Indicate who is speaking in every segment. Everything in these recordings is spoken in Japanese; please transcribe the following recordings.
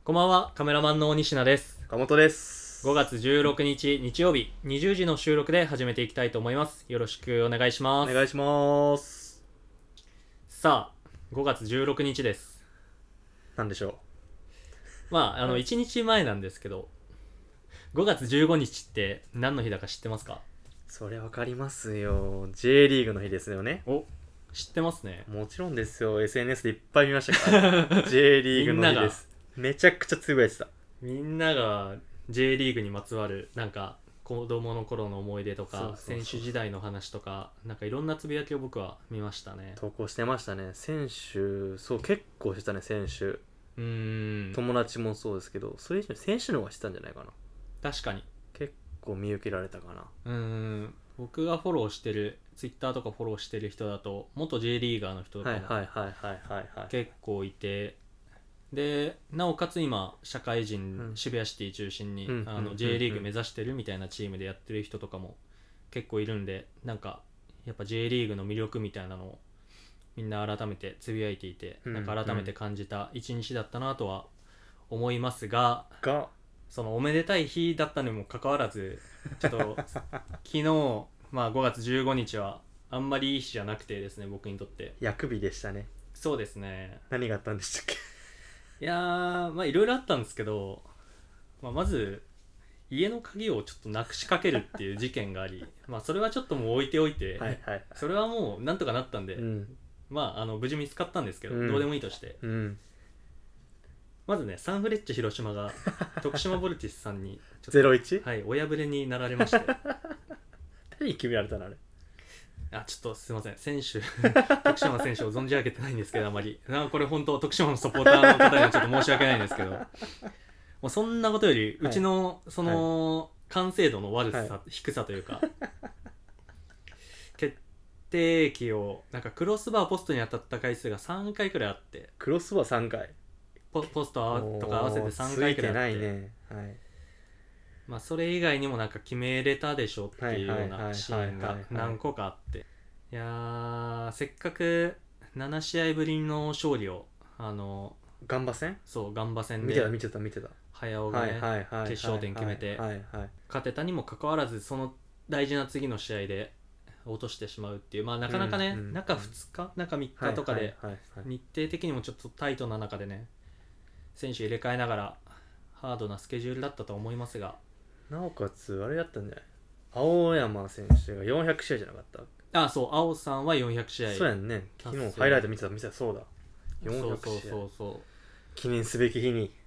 Speaker 1: こんばんは、カメラマンの西名です。
Speaker 2: 岡本です。
Speaker 1: 5月16日日曜日20時の収録で始めていきたいと思います。よろしくお願いします。
Speaker 2: お願いします。
Speaker 1: さあ、5月16日です。
Speaker 2: なんでしょ
Speaker 1: 1日前なんですけど、5月15日って何の日だか知ってますか？
Speaker 2: う。それわかりますよ。J リーグの日ですよね。
Speaker 1: お、知ってますね。
Speaker 2: もちろんですよ。SNS でいっぱい見ましたから。J リーグの日です。めちゃくちゃつぶやいてた。
Speaker 1: みんなが J リーグにまつわる子供の頃の思い出とか選手時代の話とかいろんなつぶやきを僕は見ましたね。
Speaker 2: 投稿してましたね。選手、そう結構してたね、選手。友達もそうですけど、それ以上に選手の方がしてたんじゃないかな。
Speaker 1: 確かに
Speaker 2: 結構見受けられたかな。
Speaker 1: 僕がフォローしてるツイッターとかフォローしてる人だと元 J リーガーの人とかも結構いて、でなおかつ今社会人、渋谷シティ中心に、J リーグ目指してるみたいなチームでやってる人とかも結構いるんで、やっぱ J リーグの魅力みたいなのをみんな改めてつぶやいていて、改めて感じた一日だったなとは思いますが、そのおめでたい日だったにもかかわらずちょっと昨日5月15日はあんまりいい日じゃなくてですね、僕にとって。
Speaker 2: 薬日でしたね。
Speaker 1: そうですね。
Speaker 2: 何があったんでしたっけ？
Speaker 1: いやー、いろいろあったんですけど、まず家の鍵をちょっとなくしかけるっていう事件がありそれはちょっともう置いておいてそれはもうなんとかなったんで、無事見つかったんですけど、どうでもいいとして、まずね、サンフレッチェ広島が徳島ボルティスさんに
Speaker 2: 01?
Speaker 1: はい、親ぶれになられまして
Speaker 2: 誰に決められたのあれ。
Speaker 1: ちょっとすいません、選手徳島選手を存じ上げてないんですけど、あまりこれ本当徳島のサポーターの方にはちょっと申し訳ないんですけどもうそんなことより、うちのその、完成度の悪さ、低さというか決定機をクロスバーポストに当たった回数が3回くらいあって、
Speaker 2: クロスバー3回
Speaker 1: ポストとか合わせて3回くらいあって、
Speaker 2: ついてないね、
Speaker 1: それ以外にも決めれたでしょっていうようなシーンが何個かあって、いやー、せっかく7試合ぶりの勝利を
Speaker 2: ガンバ戦で見てた
Speaker 1: 早尾がね決勝点決めて勝てたにもかかわらず、その大事な次の試合で落としてしまうっていう、なかなかね、中2日中3日とかで日程的にもちょっとタイトな中でね、選手入れ替えながらハードなスケジュールだったと思いますが、
Speaker 2: なおかつあれだったんじゃない？青山選手が400試合じゃなかった？
Speaker 1: そう、青さんは400試合。
Speaker 2: そうやんね。昨日ハイライト見てた。そうだ、400試合。
Speaker 1: そう
Speaker 2: 記念すべき日に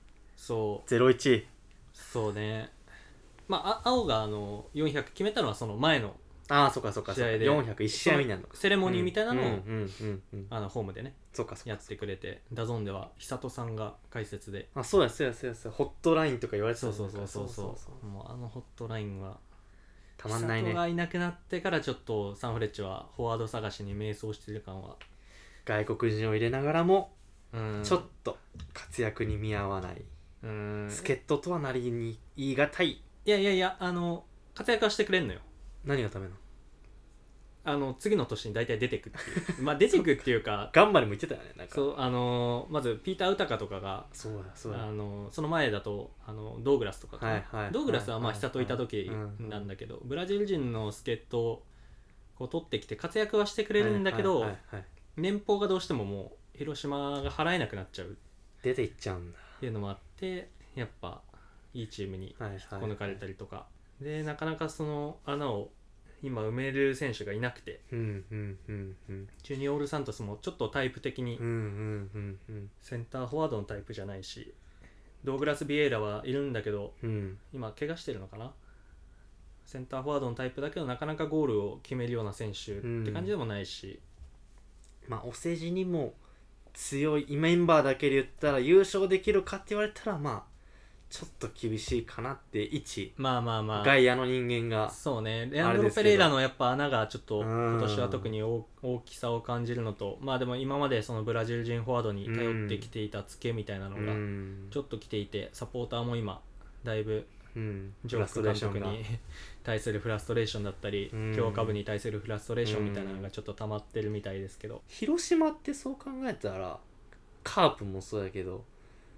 Speaker 1: 01。そうね。青が400決めたのはその前の
Speaker 2: そうか
Speaker 1: 試合で
Speaker 2: 401試合目になるのか。
Speaker 1: セレモニーみたいなのをホームでねやってくれて、ダゾーンでは久人さんが解説で、
Speaker 2: そうやホットラインとか言われてた。
Speaker 1: そうもうホットラインは
Speaker 2: たまんないね。
Speaker 1: 久人がいなくなってからちょっとサンフレッチェはフォワード探しに迷走してる感は、
Speaker 2: 外国人を入れながらもちょっと活躍に見合わない、助っ人とはなりに言い難い。
Speaker 1: いや活躍はしてくれんのよ。
Speaker 2: 何がための？
Speaker 1: 次の年に大体出てくっていう出てくっていうか
Speaker 2: ガンバでも言ってたよね。
Speaker 1: そうまずピーター・ウタカとかが
Speaker 2: そうだ
Speaker 1: その前だとドーグラスとかドーグラスは久人いた時なんだけど、ブラジル人の助っ人をこう取ってきて活躍はしてくれるんだけど、年俸がどうしてももう広島が払えなくなっちゃう、
Speaker 2: 出ていっちゃうんだ
Speaker 1: っていうのもあって、やっぱいいチームに引っこ抜かれたりとかで、なかなかその穴を今埋める選手がいなくて、ジュニオール・サントスもちょっとタイプ的にセンターフォワードのタイプじゃないし、ドーグラス・ビエイラはいるんだけど、今怪我してるのかな。センターフォワードのタイプだけどなかなかゴールを決めるような選手って感じでもないし、
Speaker 2: お世辞にも強いメンバーだけで言ったら優勝できるかって言われたらちょっと厳しいかなって外野の人間が
Speaker 1: そうね。レアンドロ・ペレイラのやっぱ穴がちょっと今年は特に大きさを感じるのと、でも今までそのブラジル人フォワードに頼ってきていたツケみたいなのがちょっと来ていて、サポーターも今だいぶジョーク監督に対するフラストレーションだったり、強化部に対するフラストレーションみたいなのがちょっと溜まってるみたいですけど、
Speaker 2: 広島ってそう考えたらカープもそうやけど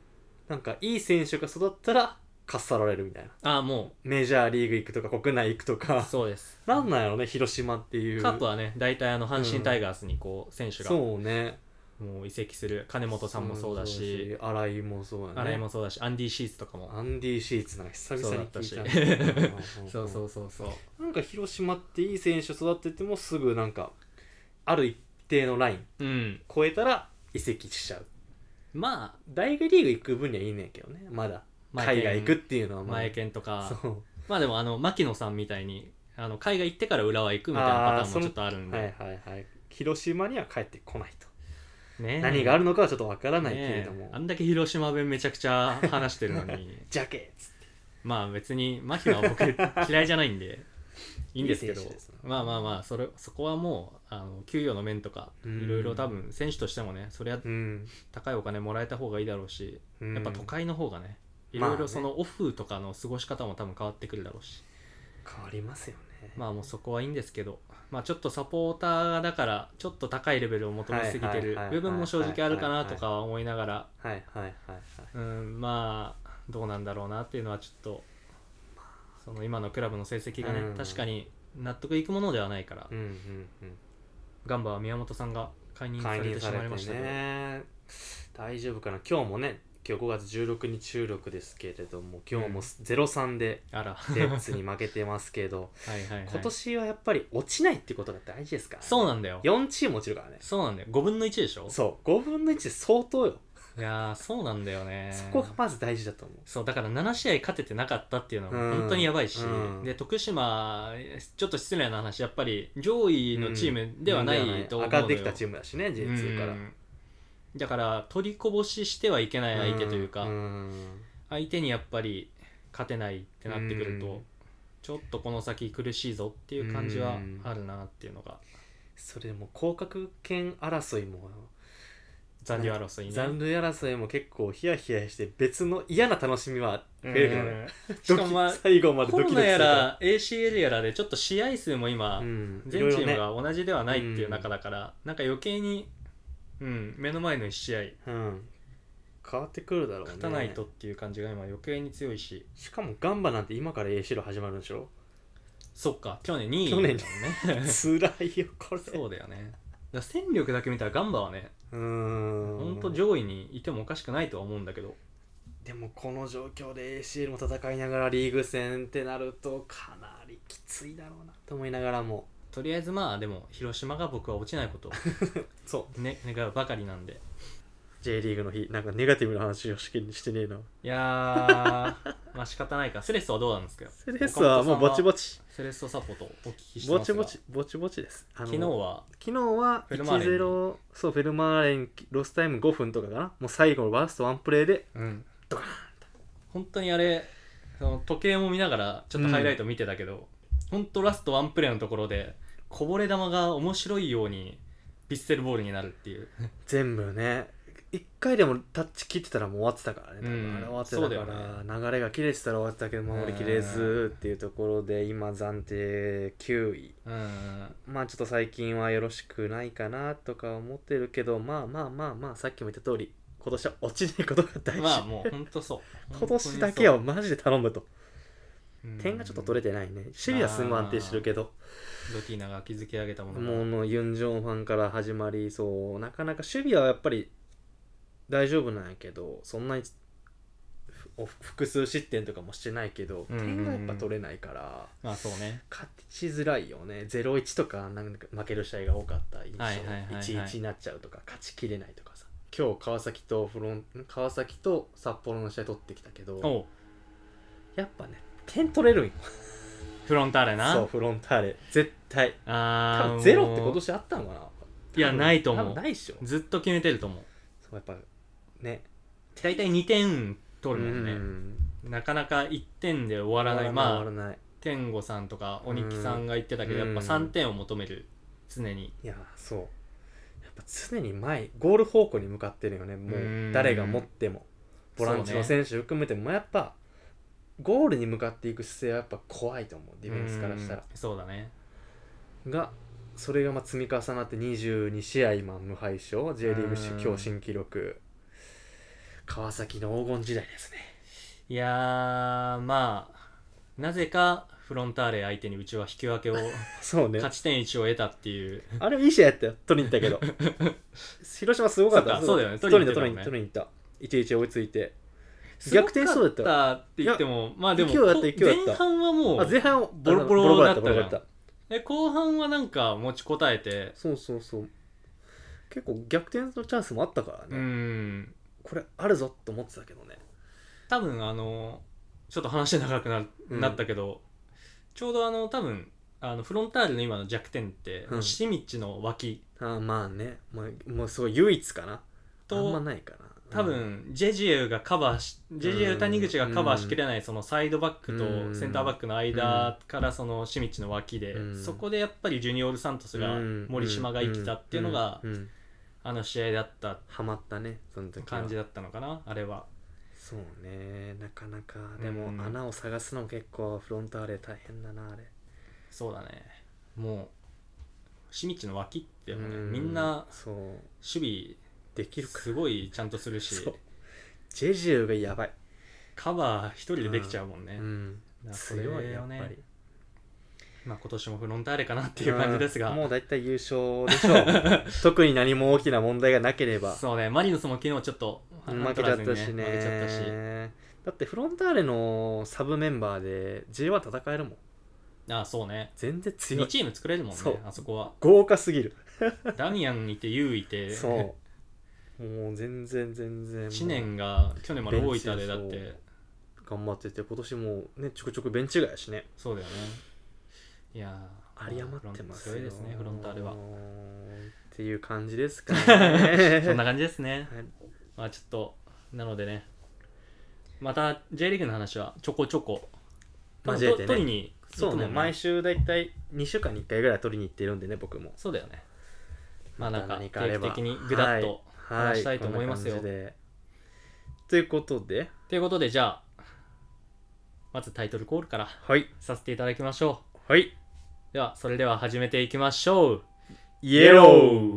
Speaker 2: なんかいい選手が育ったらかっさられるみたいな。
Speaker 1: も
Speaker 2: うメジャーリーグ行くとか国内行くとか。
Speaker 1: そうです。
Speaker 2: なんなんやろね、広島っていう。
Speaker 1: カープはね大体阪神タイガースにこう選手が、
Speaker 2: そうね、
Speaker 1: もう移籍する。金本さんもそうだし、
Speaker 2: 新井もそうだね。
Speaker 1: 新井もそうだし、アンディ・シーツとかも。
Speaker 2: アンディ・シーツなんか久々に聞いた
Speaker 1: そうそうそうそう。
Speaker 2: なんか広島っていい選手育ててもすぐなんかある一定のライン超えたら移籍しちゃう。
Speaker 1: まあ
Speaker 2: 大学リーグ行く分にはいいねんけどね、まだ海外行くっていうのは
Speaker 1: 前剣とか。まあでも牧野さんみたいに海外行ってから浦和行くみたいなパターンもちょっとあるんで、
Speaker 2: はいはいはい、広島には帰ってこないと、
Speaker 1: ね、
Speaker 2: 何があるのかはちょっとわからないけれども、
Speaker 1: あんだけ広島弁めちゃくちゃ話してるのに
Speaker 2: ジャケっつって、
Speaker 1: まあ別に牧野は僕嫌いじゃないんでいいんですけど、まあまあまあそこはもう給与の面とかいろいろ多分選手としてもね、そりゃ高いお金もらえた方がいいだろうし、やっぱ都会の方がね、いろいろそのオフとかの過ごし方も多分変わってくるだろうし、
Speaker 2: 変わりますよね。
Speaker 1: まあもうそこはいいんですけど、まあちょっとサポーターだからちょっと高いレベルを求めすぎてる部分も正直あるかなとかは思いながら、まあどうなんだろうなっていうのはちょっと、その今のクラブの成績がね、確かに納得いくものではないから、ガンバは宮本さんが解任されてしまいましたけど、
Speaker 2: 大丈夫かな。今日もね、今日5月16日収録ですけれども、今日も 0-3 でレッツに負けてますけど今年はやっぱり落ちないってことが大事ですからね。
Speaker 1: そうなんだよ。
Speaker 2: 4チーム落ちるからね。
Speaker 1: そうなんだよ。5分の1でしょ。
Speaker 2: そう5分の1で相当よ。
Speaker 1: いやーそうなんだよね。
Speaker 2: そこがまず大事だと思う。
Speaker 1: そうだから7試合勝ててなかったっていうのは本当にやばいし、で徳島ちょっと失礼な話、やっぱり上位のチームではないと思うのよ。
Speaker 2: 上がってきたチームだしね J2 から、
Speaker 1: だから取りこぼししてはいけない相手というか、相手にやっぱり勝てないってなってくると、ちょっとこの先苦しいぞっていう感じはあるなっていうのが。
Speaker 2: それでも降格圏争いも
Speaker 1: 残留争いね、
Speaker 2: 残留争いも結構ヒヤヒヤして別の嫌な楽しみは増えるけどね。
Speaker 1: しかもまあ
Speaker 2: 最後までドキドキする。コロナ
Speaker 1: やら ACL やらでちょっと試合数も今、全チームが同じではないっていう中だから、なんか余計に、目の前の1試合、
Speaker 2: 変わってくるだろうね。
Speaker 1: 勝たないとっていう感じが今余計に強いし、
Speaker 2: しかもガンバなんて今から ACL 始まるんでしょ。
Speaker 1: そっか、去年2位だ
Speaker 2: もん
Speaker 1: ね
Speaker 2: 辛いよこれ。
Speaker 1: そうだよね。だ戦力だけ見たらガンバはね、ほんと上位にいてもおかしくないとは思うんだけど、
Speaker 2: でもこの状況で ACL も戦いながらリーグ戦ってなるとかなりきついだろうなと思いながらも、
Speaker 1: とりあえずまあでも広島が僕は落ちないことを
Speaker 2: そう
Speaker 1: 願うばかりなんで。
Speaker 2: J リーグの日なんかネガティブな話をしてねえな。
Speaker 1: いやまあ仕方ないか。セレッソはどうなんですか。
Speaker 2: セレッソはもうぼちぼち。
Speaker 1: セレッソサポートお聞きしてますが、
Speaker 2: ぼちぼちです。
Speaker 1: 昨日は
Speaker 2: 1-0、そうフェルマーレンロスタイム5分とかかな、もう最後のラストワンプレーで、ドカーンと。
Speaker 1: 本当にあれ、その時計も見ながらちょっとハイライト見てたけど、本当ラストワンプレーのところでこぼれ球が面白いようにヴィッセルボールになるっていう
Speaker 2: 全部ね、1回でもタッチ切ってたらもう終わってたからね、あれ終わってたから、流れが切れてたら終わってたけど守りきれずっていうところで今暫定9位、まあちょっと最近はよろしくないかなとか思ってるけど、まあさっきも言った通り今年は落ちないことが大事。
Speaker 1: まあもう本当そう
Speaker 2: 今年だけはマジで頼むと。点がちょっと取れてないね。守備はすごい安定してるけど、
Speaker 1: ドティーナが築き上げたものが
Speaker 2: ものユン・ジョンファンから始まり、そうなかなか守備はやっぱり大丈夫なんやけど、そんなに複数失点とかもしてないけど、点がやっぱ取れないから、
Speaker 1: まあそうね、
Speaker 2: 勝ちづらいよね。 0-1 とかなんか負ける試合が多かった印象、1-1 になっちゃうとか勝ちきれないとかさ。今日川崎と札幌の試合取ってきたけど、やっぱね点取れるんよ
Speaker 1: フロンターレな。
Speaker 2: そうフロンターレ絶対多分ゼロって今年あったのかな。
Speaker 1: いやないと思う。
Speaker 2: 多分ないっしょ。
Speaker 1: ずっと決めてると思う。
Speaker 2: そうやっぱね、
Speaker 1: 大体2点取るもんね、なかなか1点で終わらない。まあ天吾さんとか鬼木さんが言ってたけど、やっぱ3点を求める常に。
Speaker 2: いやそう、やっぱ常に前ゴール方向に向かってるよね。もう誰が持ってもボランチの選手含めてもやっぱゴールに向かっていく姿勢はやっぱ怖いと思う、ディフェンスからしたら。
Speaker 1: そうだね。
Speaker 2: がそれがまあ積み重なって22試合無敗勝、 J リーグ今日新記録。 川崎の黄金時代ですね。
Speaker 1: いやー、まあなぜかフロンターレ相手にうちは引き分けを
Speaker 2: そうね、
Speaker 1: 勝ち点1を得たっていう
Speaker 2: あれいい試合やったよ。取りに行ったけど広島すごかった。
Speaker 1: そうだよね、
Speaker 2: 取りに行った。1-1追いついて逆転そうだった。
Speaker 1: すごかったって言っても、まあでも
Speaker 2: 勢いあった
Speaker 1: 前半はもう
Speaker 2: 前半
Speaker 1: ボロボロだったじゃん。
Speaker 2: ボロボロだった。
Speaker 1: 後半はなんか持ちこたえて、
Speaker 2: そう結構逆転のチャンスもあったからね。これあるぞと思ってたけどね。
Speaker 1: 多分ちょっと話長くなったけど、ちょうど多分フロンターレの今の弱点って、シミッチの脇。
Speaker 2: まあね、もうすごい唯一かなと。あんまないかな。
Speaker 1: 多分ジェジエウがカバーし、ジェジエウ谷口がカバーしきれないそのサイドバックとセンターバックの間からそのシミッチの脇で、そこでやっぱりジュニオール・サントスが森島が生きたっていうのがあの試合だった
Speaker 2: ハマったね、その時
Speaker 1: 感じだったのかな、あれは。
Speaker 2: そうね、なかなかでも穴を探すのも結構フロンターレ大変だなあれ。
Speaker 1: そうだね、もうシミッチの脇ってもう、ね、みんな守備
Speaker 2: できるか
Speaker 1: すごいちゃんとするし、
Speaker 2: ジェジエウがやばい、
Speaker 1: カバー一人でできちゃうもんね。
Speaker 2: 強いやっぱり。
Speaker 1: まあ今年もフロンターレかなっていう感じですが、
Speaker 2: もうだいたい優勝でしょう特に何も大きな問題がなければ。
Speaker 1: そうね、マリノスも昨日ちょっと
Speaker 2: 負けちゃったしね。だってフロンターレのサブメンバーで J1 戦えるもん。
Speaker 1: そうね、
Speaker 2: 全然強い。
Speaker 1: 2チーム作れるもんね、あそこは
Speaker 2: 豪華すぎる
Speaker 1: ダミアンいてユウいて、
Speaker 2: そうもう全然
Speaker 1: 知念が去年まで大分でだって
Speaker 2: 頑張ってて、今年もねちょくちょくベンチ外やしね。
Speaker 1: そうだよね。いや
Speaker 2: 有り余ってますよ。
Speaker 1: 強いですねフロンターレは
Speaker 2: っていう感じですかね
Speaker 1: そんな感じですね、はい。まあちょっとなのでね、また J リーグの話はちょこちょこ
Speaker 2: 交えてね、
Speaker 1: 取りに
Speaker 2: そうね、毎週だいたい2週間に1回ぐらい取りに行ってるんでね、僕も。
Speaker 1: そうだよね。まあなんか定期的にグダッと話したいと思いますよ。
Speaker 2: ということで
Speaker 1: じゃあまずタイトルコールからさせていただきましょ
Speaker 2: う。はい。
Speaker 1: ではそれでは始めていきましょう。
Speaker 2: イエロー。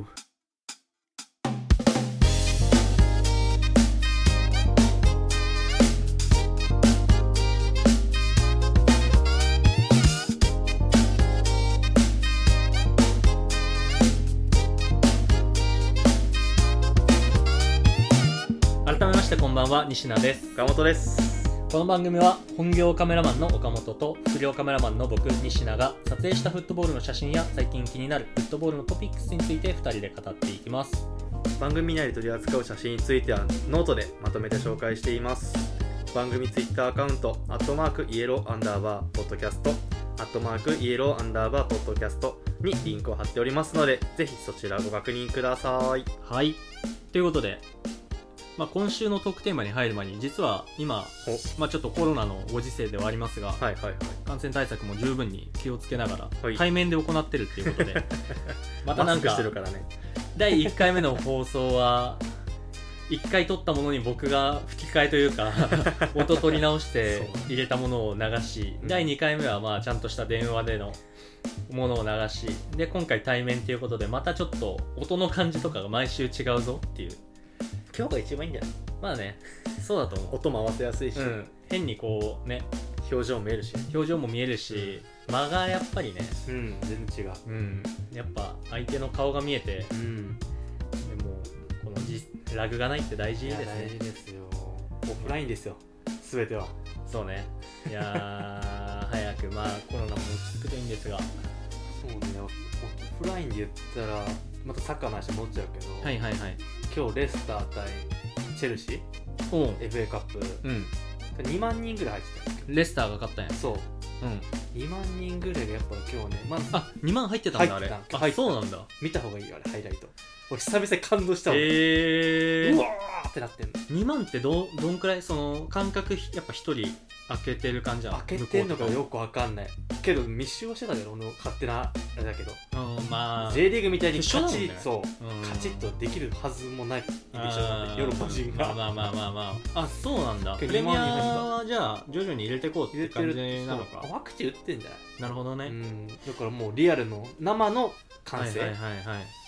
Speaker 1: 改めましてこんばんは、西名です。
Speaker 2: 岡本です。
Speaker 1: この番組は本業カメラマンの岡本と副業カメラマンの僕西名が撮影したフットボールの写真や最近気になるフットボールのトピックスについて2人で語っていきます。
Speaker 2: 番組内で取り扱う写真についてはノートでまとめて紹介しています。番組ツイッターアカウントイエロー_ポッドキャストイエロー_ポッドキャストにリンクを貼っておりますので、ぜひそちらご確認ください。
Speaker 1: はい、ということで今週のトークテーマに入る前に、実は今、ちょっとコロナのご時世ではありますが、感染対策も十分に気をつけながら、対面で行ってるっていうことでまたなんか
Speaker 2: してるからね、
Speaker 1: 第1回目の放送は1回撮ったものに僕が吹き替えというか音取り直して入れたものを流し、第2回目はちゃんとした電話でのものを流し、で今回対面ということで、またちょっと音の感じとかが毎週違うぞっていう。
Speaker 2: 今日が一番いいんじゃない？
Speaker 1: まあね、そうだと思う。
Speaker 2: 音も合わせやすいし、
Speaker 1: 変にこうね、
Speaker 2: 表情も見えるし、
Speaker 1: 間がやっぱりね、
Speaker 2: 全然違う。
Speaker 1: やっぱ相手の顔が見えて、でもこのラグがないって大事ですね。
Speaker 2: 大事ですよ。オフラインですよ、全ては。
Speaker 1: そうね。いや早くコロナも落ち着くといいんですが。
Speaker 2: そうね、オフラインで言ったらまたサッカーの話戻っちゃうけど、今日レスター対チェルシー FA カップ、2万人ぐらい入ってたんですけど、
Speaker 1: レスターが勝ったんや。
Speaker 2: そう、2万人ぐらいがやっぱ今日ね、
Speaker 1: 2万入ってたんだ。あれそうなんだ。
Speaker 2: 見た方がいいよ、あれハイライト。俺久々に感動したもん。うわーってなってんの。
Speaker 1: 2万ってどんくらいその感覚、やっぱ1人開けてる感じなの？
Speaker 2: 開けてんのかよくわかんないけど密集はしてたけど、俺の勝手なあれだけど、J リーグみたいにカチッとできるはずもないイメージなんで、ヨーロッパ人が
Speaker 1: そうなんだ。プレミアはじゃあ徐々に入れていこうって感じなのか。
Speaker 2: ワクチン打ってんじゃない？
Speaker 1: なるほどね。
Speaker 2: だからもうリアルの生の完成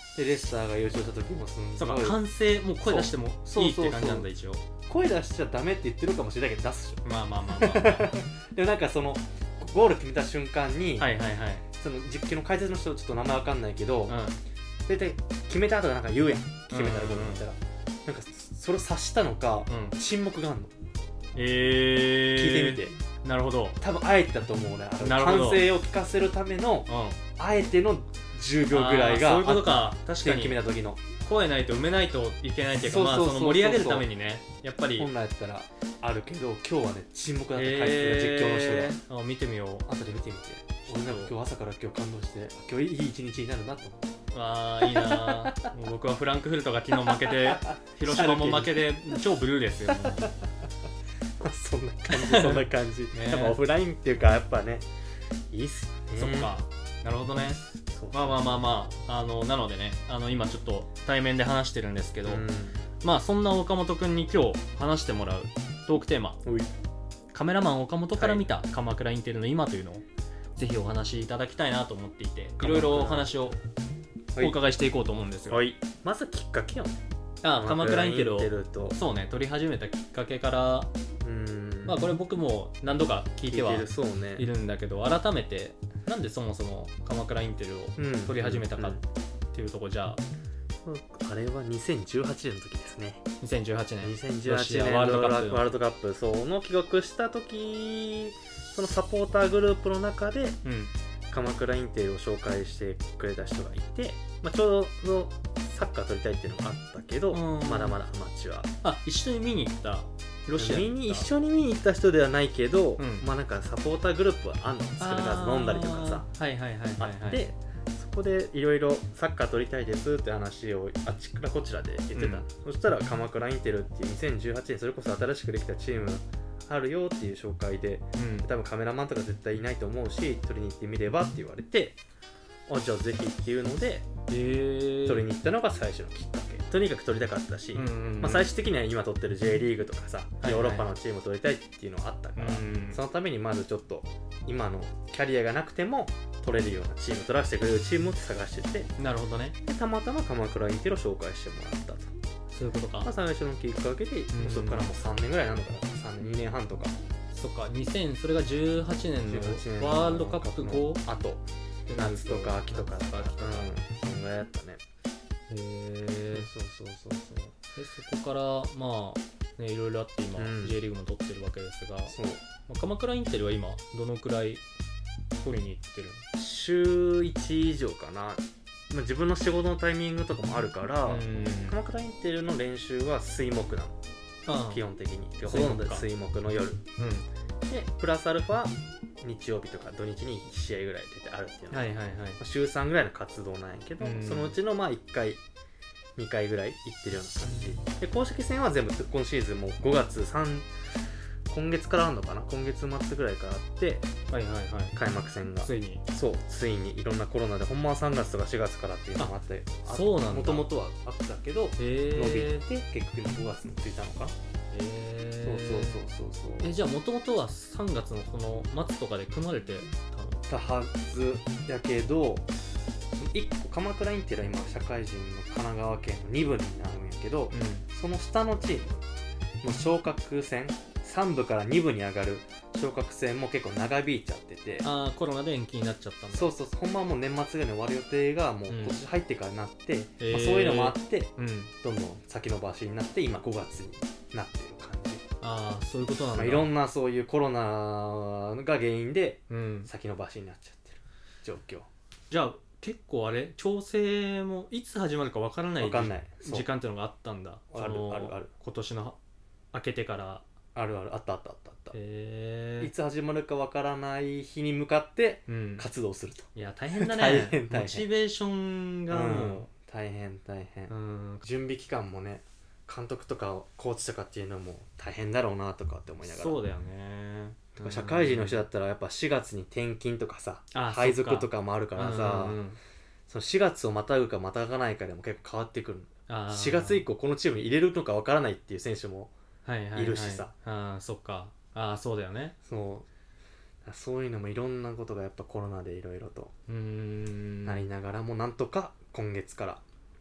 Speaker 2: でレスターが優勝した時もすんごい、
Speaker 1: そうか、歓声もう声出してもいいって感じなんだ。一応
Speaker 2: 声出しちゃダメって言ってるかもしれないけど出すでしょ。
Speaker 1: まあまあまあまあ、まあ、
Speaker 2: でもなんかそのゴール決めた瞬間に、
Speaker 1: はいはいはい、
Speaker 2: その実況の解説の人ちょっと名前わかんないけど、
Speaker 1: うん、
Speaker 2: 大体決めた後なんか言うやん、決めたらゴール決めたら、なんかそれを察したのか、
Speaker 1: うん、
Speaker 2: 沈黙があんの。聞いてみて。
Speaker 1: なるほど、
Speaker 2: 多分あえてだと思うね。歓声を聞かせるための、あえての10秒ぐらいが、
Speaker 1: そういうことか。確かに
Speaker 2: 決めた時の
Speaker 1: 声ないと埋めないといけないっていうか、まあその盛り上げるためにね、やっぱり
Speaker 2: 本来やったらあるけど、今日はね沈黙だった。解説が、実況の人が。
Speaker 1: 見てみよう。
Speaker 2: 後で見てみて。俺なんか今日朝から感動して、今日いい一日になるなと思って。
Speaker 1: ああ、いいな。もう僕はフランクフルトが昨日負けて広島も負けで超ブルーですよ。
Speaker 2: そんな感じ、そんな感じ。やっぱオフラインっていうか、やっぱね、いいっすね。
Speaker 1: そっか、なるほどね。まあまあまあまあ、なのでね、今ちょっと対面で話してるんですけど、まあそんな岡本くんに今日話してもらうトークテーマ、カメラマン岡本から見た鎌倉インテルの今というのをぜひお話しいただきたいなと思っていて、いろいろお話をお伺いしていこうと思うんですよ。
Speaker 2: まずきっかけよね。
Speaker 1: 鎌倉インテルをそうね、撮り始めたきっかけから、まあこれ僕も何度か聞いてはいるんだけど、改めてなんでそもそも鎌倉インテルを撮り始めたかっていうところ、じゃあ
Speaker 2: あれは2018年の時ですね。
Speaker 1: 2018
Speaker 2: 年ワールドカップその帰国した時、そのサポーターグループの中で、鎌倉インテルを紹介してくれた人がいて、まあ、ちょうどサッカー撮りたいっていうのもあったけど、まだまだアマチュア。
Speaker 1: 一緒に見に行ったロシア
Speaker 2: 一緒に見に行った人ではないけど、まあなんかサポーターグループはあんの、少なからず飲んだりとかさ、あって、そこでいろいろサッカー撮りたいですって話をあちらこちらで言ってた。そしたら鎌倉インテルっていう2018年それこそ新しくできたチームあるよっていう紹介で、多分カメラマンとか絶対いないと思うし、撮りに行ってみればって言われて、じゃあぜひっていうので、撮りに行ったのが最初のきっかけ。とにかく撮りたかったし、まあ、最終的には今撮ってる J リーグとかさ、ヨーロッパのチームを撮りたいっていうのはあったから、そのためにまずちょっと今のキャリアがなくても撮れるようなチーム、撮らせてくれるチームを探してて、
Speaker 1: なるほどね。
Speaker 2: でたまたま鎌倉インテルを紹介してもらったと。
Speaker 1: そういうことか。
Speaker 2: まあ、最初のきっかけで、そこからもう3年ぐらいなのかな、2年半とか。
Speaker 1: そっか、それが18年のワールドカップ後、
Speaker 2: あと夏とか秋とか、そんぐらいやったね。
Speaker 1: そうでそこからまあね、いろいろあって今、J リーグも取ってるわけですが、鎌倉インテルは今どのくらい取りに行ってるの？
Speaker 2: 週1以上かな。自分の仕事のタイミングとかもあるから、鎌倉インテルの練習は水木なの、基本的にほとんど水木の夜、でプラスアルファ日曜日とか土日に1試合ぐらい出てあるっていうのは、週3ぐらいの活動なんやけど、そのうちのまあ1回2回ぐらい行ってるような感じで、公式戦は全部今シーズンもう5月今月からあるのかな、今月末ぐらいからあって、開幕戦がついにいろんなコロナでほんまは3月とか4月からっていうのもあって、
Speaker 1: そうなんだ、
Speaker 2: もともとはあったけど、伸びて結局5月についたのかな。そう
Speaker 1: じゃあもともとは3月のこの末とかで組まれて
Speaker 2: たはずやけど、1個鎌倉インテルは今社会人の神奈川県の2部になるんやけど、その下のチームの昇格戦3部から2部に上がる昇格戦も結構長引いちゃってて、
Speaker 1: コロナで延期になっちゃったんだ。
Speaker 2: そうほんまはもう年末ぐらいに終わる予定がもう今年入ってからなって、そういうのもあって、どんどん先延ばしになって今5月になってる感じ。
Speaker 1: そういうことなんだ。
Speaker 2: いろんなそういうコロナが原因で先延ばしになっちゃってる状況。
Speaker 1: じゃあ結構あれ調整もいつ始まるかわからない時間っていうのがあったんだ。
Speaker 2: ある
Speaker 1: 今年の明けてから
Speaker 2: あった。いつ始まるかわからない日に向かって活動すると。
Speaker 1: いや大変だね。モチベーションがもう
Speaker 2: 大変。準備期間もね、監督とかコーチとかっていうのも大変だろうなとかって思いながら。
Speaker 1: そうだよね。
Speaker 2: 社会人の人だったらやっぱ4月に転勤とかさ、配属とかもあるからさ、その4月をまたぐかまたがないかでも結構変わってくる。4月以降このチームに入れるのかわからないっていう選手もいるしさ。
Speaker 1: そっか。そうだよね。
Speaker 2: そういうのもいろんなことがやっぱコロナでいろいろとなりながらも、なんとか今月から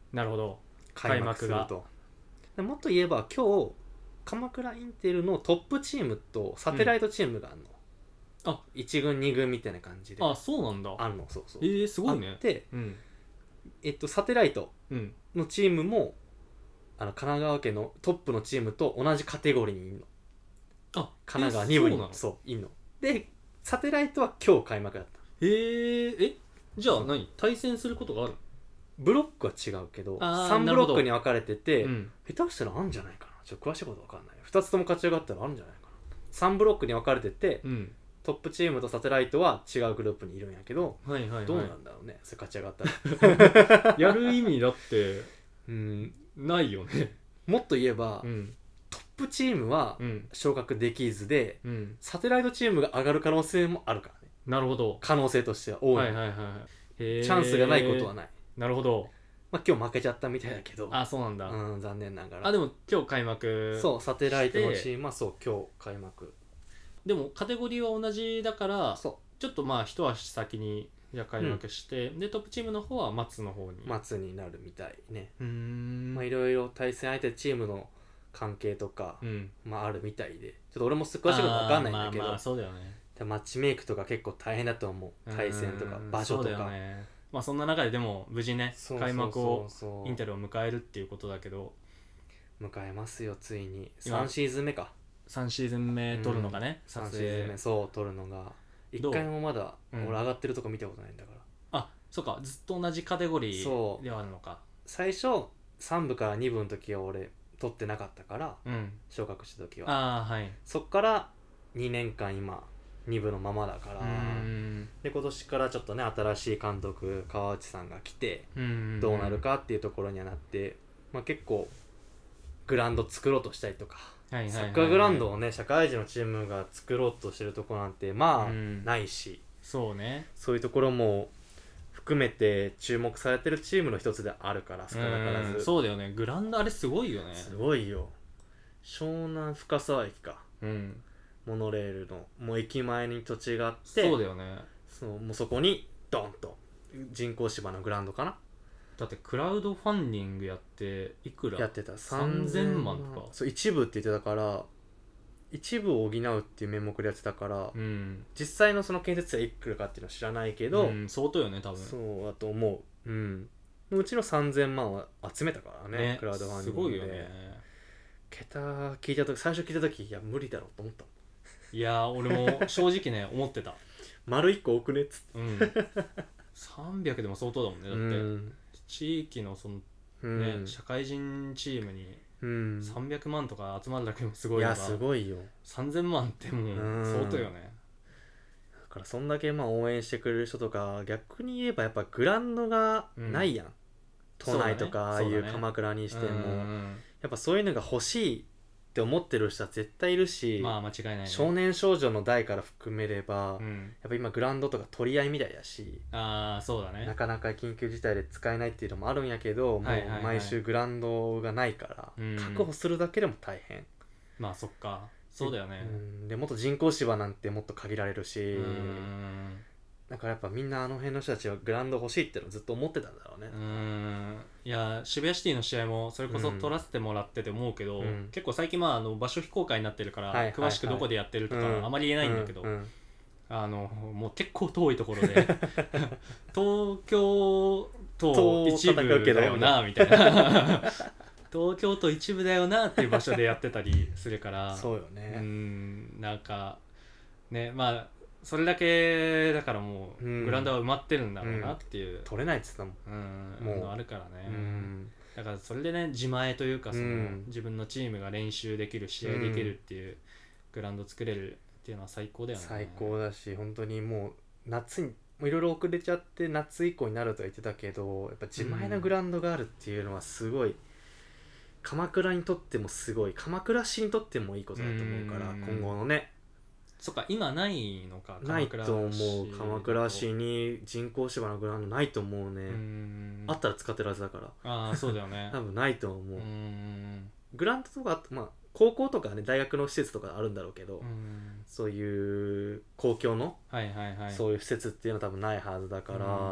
Speaker 1: なるほど。
Speaker 2: 開幕すると。もっと言えば今日鎌倉インテルのトップチームとサテライトチームがあるの、あ、1軍2軍みたいな感じで、
Speaker 1: あ、そうなんだ。
Speaker 2: あるの。そうそう、
Speaker 1: すごいね。
Speaker 2: あって、サテライトのチームも、神奈川県のトップのチームと同じカテゴリーにいるの。あ、神奈川2部にいるので、サテライトは今日開幕だった。
Speaker 1: じゃあ対戦することがある？
Speaker 2: ブロックは違うけど3ブロックに分かれてて、下手したらあるんじゃないかな。ちょっと詳しいこと分かんない。2つとも勝ち上がったらあるんじゃないかな。3ブロックに分かれてて、トップチームとサテライトは違うグループにいるんやけど、どうなんだろうね、それ勝ち上がったら
Speaker 1: やる意味だってないよね。
Speaker 2: もっと言えば、トップチームは昇格できずで、サテライトチームが上がる可能性もあるからね。
Speaker 1: なるほど。
Speaker 2: 可能性としては多い。チャンスがないことはない。
Speaker 1: なるほど。
Speaker 2: まあ今日負けちゃったみたいだけど。
Speaker 1: あ、そうなんだ。
Speaker 2: 残念ながら。
Speaker 1: でも今日開幕。
Speaker 2: そう、サテライトのチームはそう今日開幕。
Speaker 1: でもカテゴリーは同じだから、ちょっとまあ一足先に開幕して、でトップチームの方は松の方に。
Speaker 2: 松になるみたいね。まあいろいろ対戦相手チームの関係とか、まああるみたいで、ちょっと俺も詳しいこと分かんないんだけど、
Speaker 1: そうだよね。
Speaker 2: マッチメイクとか結構大変だと思う。対戦とか場所とか。
Speaker 1: まあそんな中ででも無事ね、開幕をインテルを迎えるっていうことだけど、
Speaker 2: 迎えますよついに。3シーズン目か。
Speaker 1: 3シーズン目撮るのがね、
Speaker 2: 3シーズン目そう撮るのが1回もまだ俺上がってるとこ見たことないんだから。
Speaker 1: あ、そうか、ずっと同じカテゴリーではあるのか。
Speaker 2: 最初3部から2部の時は俺撮ってなかったから、昇格した時はそっから2年間今2部のままだから。で今年からちょっとね新しい監督川内さんが来てどうなるかっていうところにはなって、まあ、結構グラウンド作ろうとしたりとか、サッカーグラウンドをね社会人のチームが作ろうとしてるところなんてまあないし、
Speaker 1: そうね、
Speaker 2: そういうところも含めて注目されてるチームの一つであるから少なからず。
Speaker 1: そうだよね、グラウンドあれすごいよね。
Speaker 2: すごいよ。湘南深沢駅か、モノレールのもう駅前に土地があって、
Speaker 1: そうだよね。
Speaker 2: もうそこにドンと人工芝のグラウンドかな。
Speaker 1: だってクラウドファンディングやっていくら
Speaker 2: やってた
Speaker 1: 3000万とか。
Speaker 2: そう一部って言ってたから、一部を補うっていう名目でやってたから、実際のその建設費はいくらかっていうのは知らないけど、
Speaker 1: 相当よね多分。
Speaker 2: そうだと思う。うちの3000万は集めたからね、クラウドファンディングで。すごいよね。桁聞いた時、最初聞いた時いや無理だろうと思った。
Speaker 1: いや俺も正直ね思ってた。
Speaker 2: 丸1個多くねっつって、
Speaker 1: 300でも相当だもんね。だって地域のその、ね、社会人チームに300万とか集まるだけでもすごいのが、
Speaker 2: いやすごいよ。
Speaker 1: 3000万ってもう相当よね。
Speaker 2: だからそんだけまあ応援してくれる人とか、逆に言えばやっぱグラウンドがないやん、都内とかああいう鎌倉にしても、やっぱそういうのが欲しいって思ってる人は絶対いるし、
Speaker 1: まあ間違いないね。
Speaker 2: 少年少女の代から含めれば、やっぱ今グラウンドとか取り合いみたいだし、
Speaker 1: そうだね、
Speaker 2: なかなか緊急事態で使えないっていうのもあるんやけど、もう毎週グラウンドがないから、確保するだけでも大変。
Speaker 1: まあそっか、そうだよね。
Speaker 2: でもっと人工芝なんてもっと限られるし、だからやっぱみんなあの辺の人たちはグラウンド欲しいってのをずっと思ってたんだろうね。
Speaker 1: いや渋谷シティの試合もそれこそ撮らせてもらってて思うけど、結構最近場所非公開になってるから、詳しくどこでやってるとかあまり言えないんだけど、もう結構遠いところで東京と一部だよなみたいな東京都一部だよなっていう場所でやってたりするから
Speaker 2: そうよね。
Speaker 1: なんかね、まあそれだけだからもうグラウンドは埋まってるんだろうなっていう、
Speaker 2: 取れないっつったも
Speaker 1: ん、もうあるからね。だからそれでね、自前というかその、自分のチームが練習できる、試合できるっていうグラウンド作れるっていうのは最高だよね。
Speaker 2: 最高だし、本当にもう夏にいろいろ遅れちゃって夏以降になるとは言ってたけど、やっぱ自前のグラウンドがあるっていうのはすごい、鎌倉にとってもすごい、鎌倉市にとってもいいことだと思うから、今後のね。
Speaker 1: そっか、今ないのか。
Speaker 2: ないと思う。鎌倉市に人工芝のグラウンドないと思うね。あったら使ってるはずだから。
Speaker 1: そうだよね。
Speaker 2: 多分ないと思う。グラウンドとか、まあ高校とかね大学の施設とかあるんだろうけど、そういう公共の、そういう施設っていうのは多分ないはずだから、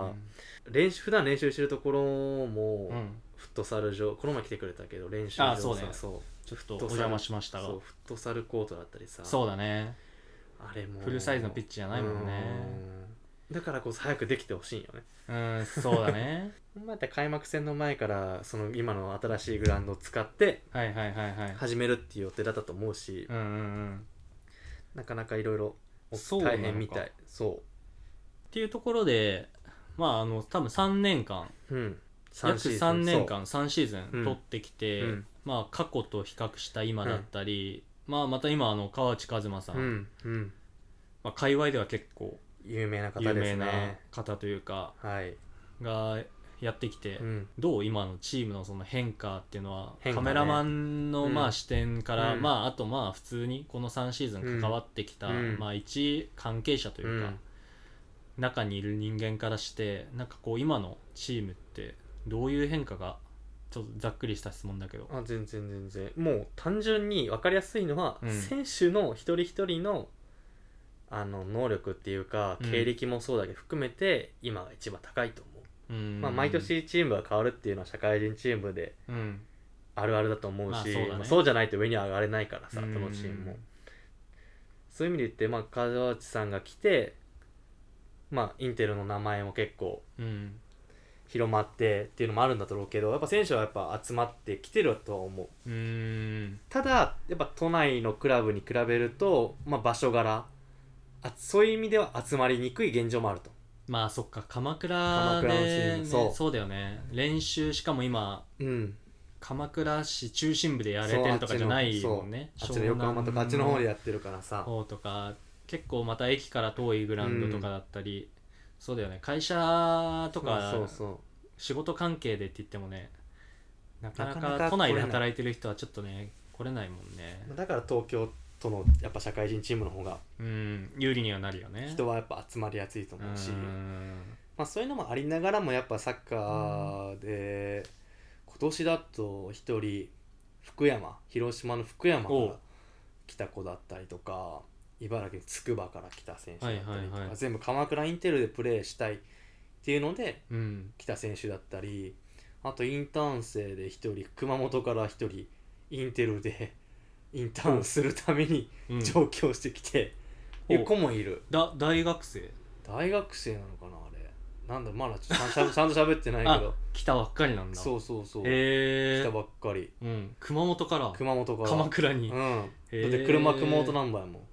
Speaker 2: 普段練習してるところも、フットサル場、この前来てくれたけど練習場さ、
Speaker 1: そうね、そうちょっとお邪魔しましたが、
Speaker 2: そうフットサルコートだったりさ、
Speaker 1: そうだね、
Speaker 2: あれも
Speaker 1: フルサイズのピッチじゃないもんね。
Speaker 2: だからこそ早くできてほしいよ
Speaker 1: ね。そうだね。
Speaker 2: また開幕戦の前からその今の新しいグラウンドを使って始めるっていう予定だったと思うし、なかなかいろいろ大変みたい。そう
Speaker 1: っていうところで、まあ多分3年間、約3年間3シーズン取ってきて、まあ過去と比較した今だったり、また今川内和馬さん、まあ界隈では結構
Speaker 2: 有名な方ですね。
Speaker 1: 有名な方というか、がやってきて、どう今のチームのその変化っていうのは、カメラマンのまあ視点から、あとまあ普通にこの3シーズン関わってきた、まあ一関係者というか、中にいる人間からして、なんかこう今のチームってどういう変化が、ちょっとざっくりした質問だけど。
Speaker 2: 全然もう単純に分かりやすいのは、選手の一人一人の能力っていうか経歴もそうだけど含めて今が一番高いと思う。毎年チームが変わるっていうのは社会人チームであるあるだと思うし、そうじゃないと上には上がれないからさ、どのチームも。そういう意味で言って、川内さんが来て、インテルの名前も結構広まってっていうのもあるんだろうけど、やっぱ選手はやっぱ集まってきてるとは思う。ただやっぱ都内のクラブに比べると、場所柄そういう意味では集まりにくい現状もあると。
Speaker 1: そっか、鎌倉で、ね、そうだよね。練習しかも今、鎌倉市中心部でやれてるとかじゃないもんね。
Speaker 2: あっちの横浜とかあっちの方でやってるからさ。
Speaker 1: とか結構また駅から遠いグラウンドとかだったり、そうだよね。会社とか仕事関係でって言ってもね、なかなか都内で働いてる人はちょっとね来れないもんね。
Speaker 2: だから東京とのやっぱ社会人チームの方が
Speaker 1: 有利にはなるよね。
Speaker 2: 人はやっぱ集まりやすいと思うし、そういうのもありながらもやっぱサッカーで今年だと一人広島の福山から来た子だったりとか、茨城の筑波から来た選手だったりとか、全部鎌倉インテルでプレーしたいっていうので来た選手だったり、あとインターン生で一人熊本から一人インテルでインターンするために上京してきて、いう子もいる。
Speaker 1: 大学生
Speaker 2: なのかな、あれ。なんだ、まだちゃんと喋ってないけど
Speaker 1: 来たばっかりなんだ。
Speaker 2: そう来たばっかり。
Speaker 1: 熊本から鎌倉に。だ
Speaker 2: って熊本ナンバーも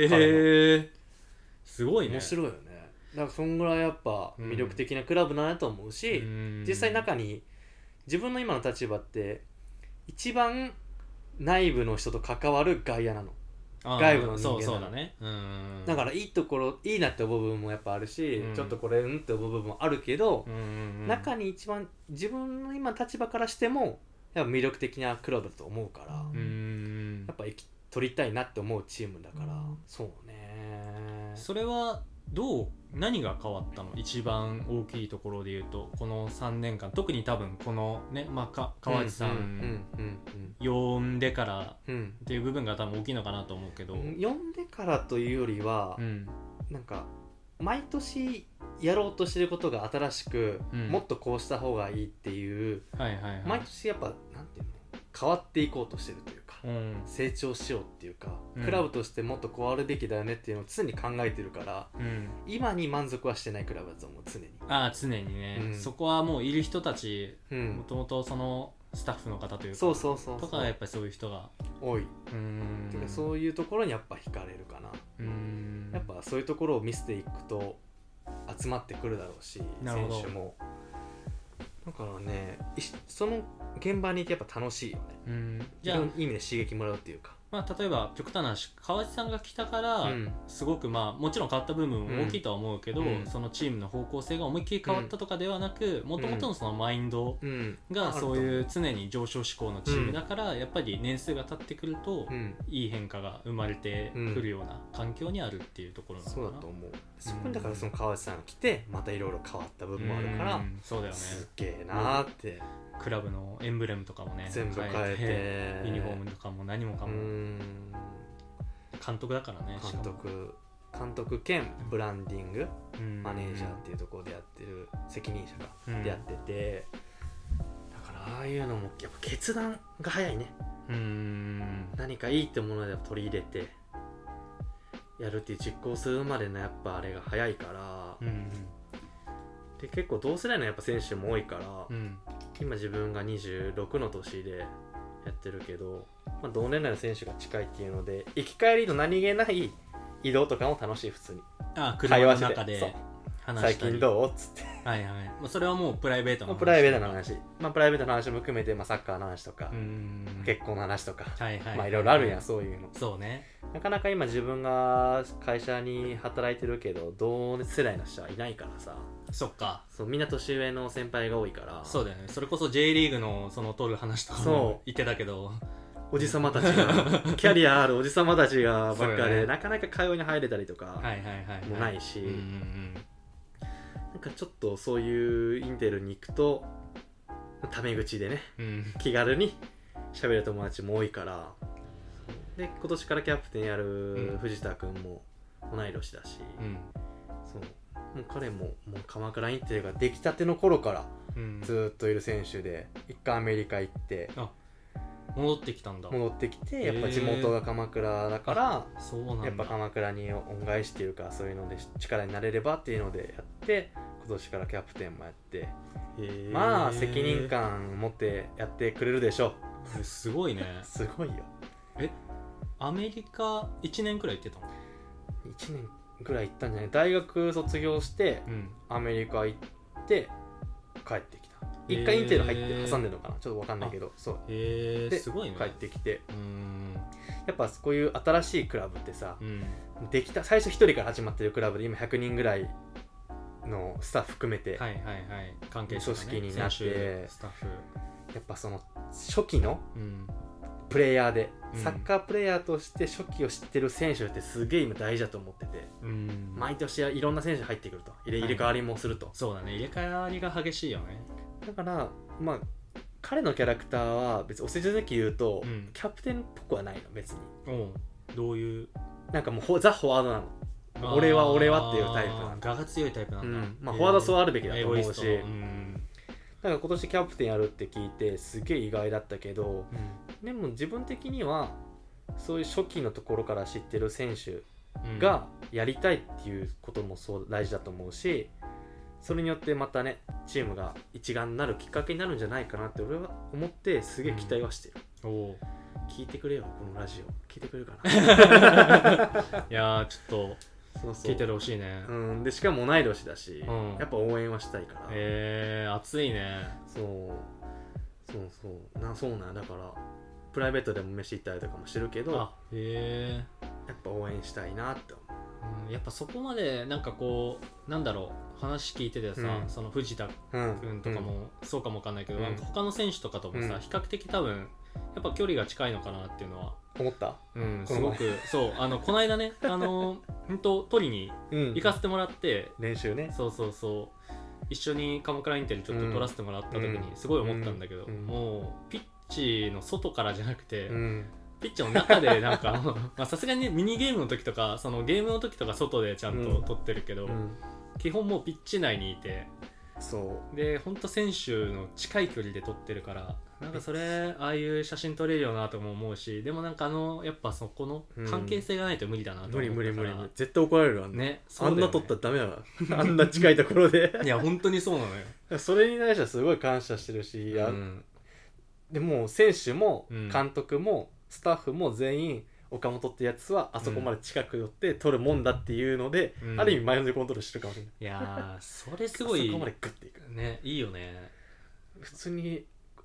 Speaker 1: すごいね。
Speaker 2: 面白いよね。だからそんぐらいやっぱ魅力的なクラブなんだと思うし、実際中に自分の今の立場って一番内部の人と関わる外野なの。外部の人間なの。
Speaker 1: そうだね。
Speaker 2: だからいいところ、いいなって思う部分もやっぱあるし、ちょっとこれって思う部分もあるけど、中に一番自分の今立場からしてもやっぱ魅力的なクラブだと思うから、やっぱ取りたいなって思うチームだから、そうね。
Speaker 1: それは何が変わったの？一番大きいところで言うと、この3年間、特に多分このね、川内さん呼んでからっていう部分が多分大きいのかなと思うけど、
Speaker 2: 呼んでからというよりは、なんか毎年やろうとしてることが新しく、もっとこうした方がいいっていう、毎年やっぱなんていうの、変わっていこうとしてるというか、成長しようっていうか、クラブとしてもっとこうあるべきだよねっていうのを常に考えてるから、今に満足はしてないクラブだと思う。常に
Speaker 1: 常にね、そこはもういる人たち、もともとそのスタッフの方というかとかやっぱりそういう人が
Speaker 2: 多い。てかそういうところにやっぱ惹かれるかな。やっぱそういうところを見せていくと集まってくるだろうし、選手も。だからね、その現場にいてやっぱ楽しいよね。いろんな意味で刺激もらうっていうか。
Speaker 1: まあ、例えば極端な話川内さんが来たからすごくまあもちろん変わった部分も大きいとは思うけど、そのチームの方向性が思いっきり変わったとかではなく、もともとのそのマインドがそういう常に上昇志向のチームだから、やっぱり年数が経ってくるといい変化が生まれてくるような環境にあるっていうところなのかな。
Speaker 2: そうだと思う。そこにだからその川内さんが来てまたいろいろ変わった部分もあるから、
Speaker 1: そうだよね、
Speaker 2: すっげえなーって。
Speaker 1: クラブのエンブレムとかもね
Speaker 2: 全部変え
Speaker 1: てユニフォームとかも何もかも監督だからね。
Speaker 2: 監督兼ブランディングマネージャーっていうところでやってる責任者がでやってて、だからああいうのもやっぱ決断が早いね。何かいいってもので取り入れてやるっていう実行するまでのやっぱあれが早いから、で結構同世代のやっぱ選手も多いから、今自分が26の年でやってるけど、まあ、同年代の選手が近いっていうので行き帰りの何気ない移動とかも楽しい。普通に
Speaker 1: 車の中で話
Speaker 2: 最近どうっつって
Speaker 1: はいはい、それはもうプライベートの話、
Speaker 2: プライベートの話、まあ、プライベートの話も含めて、まあ、サッカーの話とか結婚の話とか、まあいろいろあるやん、そういうの。
Speaker 1: そうね。
Speaker 2: なかなか今自分が会社に働いてるけど同世代の人はいないからさ。
Speaker 1: そっか。
Speaker 2: そう、みんな年上の先輩が多いから。
Speaker 1: そうだよね。それこそ J リーグのその取る話とかも言ってたけど、
Speaker 2: おじさまたちがキャリアあるおじさまたちがばっかで、なかなか会話に入れたりとかもないし、なんかちょっとそういうインテルに行くとタメ口でね、気軽に喋る友達も多いから。で今年からキャプテンやる藤田君も同い年だし、そうもう彼ももう鎌倉インテルができたての頃からずっといる選手で、一回アメリカ行って
Speaker 1: 戻ってきたんだ。
Speaker 2: 戻ってきて、やっぱ地元が鎌倉だから、やっぱ鎌倉に恩返しっていうか、そういうので力になれればっていうのでやって、今年からキャプテンもやって、まあ責任感持ってやってくれるでしょ
Speaker 1: う。すごいね。
Speaker 2: すごいよ。
Speaker 1: アメリカ1年くらい行ってたの
Speaker 2: ？1年ぐらい行ったんじゃない？大学卒業して、アメリカ行って帰ってきた。一回インテル入って挟んでるのかな、ちょっと分かんないけど、そう
Speaker 1: ですごいね。
Speaker 2: 帰ってきて、やっぱこういう新しいクラブってさ、できた最初1人から始まってるクラブで今100人ぐらいのスタッフ含めて
Speaker 1: 関係者、
Speaker 2: 組織になって、
Speaker 1: スタッフ
Speaker 2: やっぱその初期のプレイヤーで、サッカープレイヤーとして初期を知ってる選手ってすげえ今大事だと思ってて、毎年いろんな選手入ってくると、入れ替わりもすると、
Speaker 1: そうだね、入れ替わりが激しいよね。
Speaker 2: だからまあ彼のキャラクターは別にお世辞抜き言うと、キャプテンっぽくはないの別に。
Speaker 1: どういう
Speaker 2: なんかもうザ・フォワードなの。俺はっていうタイプ。
Speaker 1: 我が強いタイプなんだ。
Speaker 2: まあフォワードそうあるべきだと思うし、だから今年キャプテンやるって聞いてすげえ意外だったけど、でも自分的にはそういう初期のところから知ってる選手がやりたいっていうこともそう大事だと思うし、それによってまたねチームが一丸になるきっかけになるんじゃないかなって俺は思って、すげえ期待はしてる。聞いてくれよこのラジオ、聞いてくれるかな。
Speaker 1: いやちょっと聞いててほしいね。
Speaker 2: でしかも同い年だし、やっぱ応援はしたいから。
Speaker 1: 熱いね。
Speaker 2: そうなんだから、プライベートでも飯行ったりとかもしてるけど、やっぱ応援したいなって思う。
Speaker 1: やっぱそこまでなんかこうなんだろう、話聞いててさ、その藤田君とかもそうかもわかんないけど、なんか他の選手とかともさ、比較的多分やっぱ距離が近いのかなっていうのは
Speaker 2: 思った。
Speaker 1: すごくそうこの間ね本当取りに行かせてもらって、
Speaker 2: 練習ね。
Speaker 1: そう一緒に鎌倉インテルちょっと取らせてもらった時にすごい思ったんだけど、もうピッチの外からじゃなくて、ピッチの中でなんかさすがにミニゲームの時とかそのゲームの時とか外でちゃんと撮ってるけど、基本もうピッチ内にいて、で本当選手の近い距離で撮ってるから、なんかそれああいう写真撮れるよなとも思うし、でもなんかやっぱそこの関係性がないと無理だなと思ったから、
Speaker 2: 無理絶対怒られるわ
Speaker 1: ね。
Speaker 2: あんな撮ったらダメだわあんな近いところで。
Speaker 1: いや本当にそうなのよ。
Speaker 2: それに対してはすごい感謝してるし、でも選手も監督もスタッフも全員岡本ってやつはあそこまで近く寄って取るもんだっていうので、ある意味マインドコントロールしてるかもしれない。
Speaker 1: いやそれすごい
Speaker 2: そこまでグッていく
Speaker 1: ね。いいよね。
Speaker 2: 普通に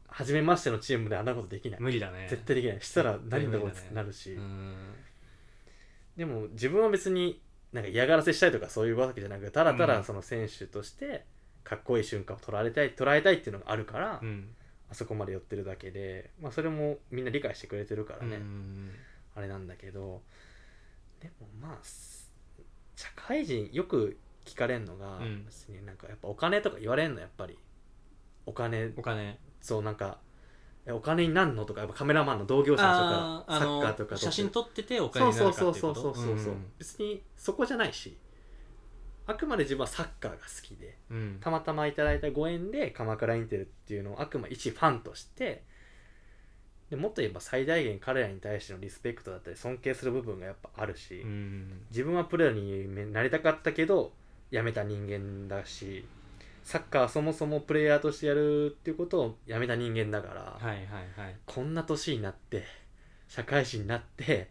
Speaker 2: 初めましてのチームであんなことできない。
Speaker 1: 無理だね。
Speaker 2: 絶対できない。したら何だこいつってなるし、でも自分は別になんか嫌がらせしたいとかそういうわけじゃなく、ただただその選手としてかっこいい瞬間を捉えたいっていうのがあるから、あそこまで寄ってるだけで、まあ、それもみんな理解してくれてるからね、あれなんだけど、でもまあ社会人よく聞かれんのが、別になんかやっぱお金とか言われんの、やっぱりお金そうなんかお金になんのとか、やっぱカメラマンの同業者の人からサッカーとか
Speaker 1: 写真撮っててお金になるかっていうこと。
Speaker 2: そう別にそこじゃないし、あくまで自分はサッカーが好きで、たまたまいただいたご縁で鎌倉インテルっていうのをあくまで一ファンとして、でもっと言えば最大限彼らに対してのリスペクトだったり尊敬する部分がやっぱあるし、自分はプロになりたかったけど辞めた人間だし、サッカーはそもそもプレイヤーとしてやるっていうことをやめた人間だから、こんな年になって社会人になって、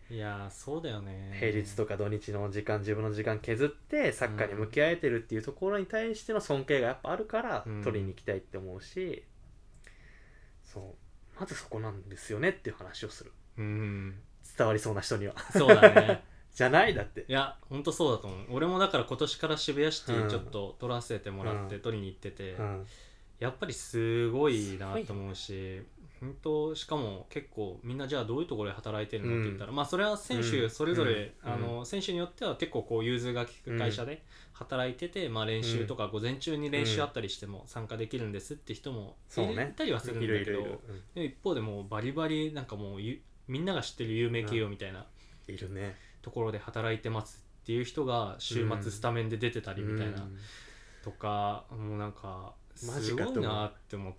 Speaker 1: いやそうだよね、
Speaker 2: 平日とか土日の時間自分の時間削ってサッカーに向き合えてるっていうところに対しての尊敬がやっぱあるから取りに行きたいって思うし、そうまずそこなんですよねっていう話をする、伝わりそうな人には
Speaker 1: そうだね
Speaker 2: じゃないだって、
Speaker 1: いやほんとそうだと思う。俺もだから今年から渋谷シティちょっと撮らせてもらって撮りに行ってて、やっぱりすごいなと思うし、本当しかも結構みんなじゃあどういうところで働いてるのって言ったら、まあそれは選手それぞれ、選手によっては結構こう融通が利く会社で働いてて、まあ練習とか午前中に練習あったりしても参加できるんですって人もいたりはするんだけど、でも一方でもうバリバリなんかもうみんなが知ってる有名企業みたいない
Speaker 2: るね
Speaker 1: ところで働いてますっていう人が週末スタメンで出てたりみたいな、とかもうなんかすごいなって思って、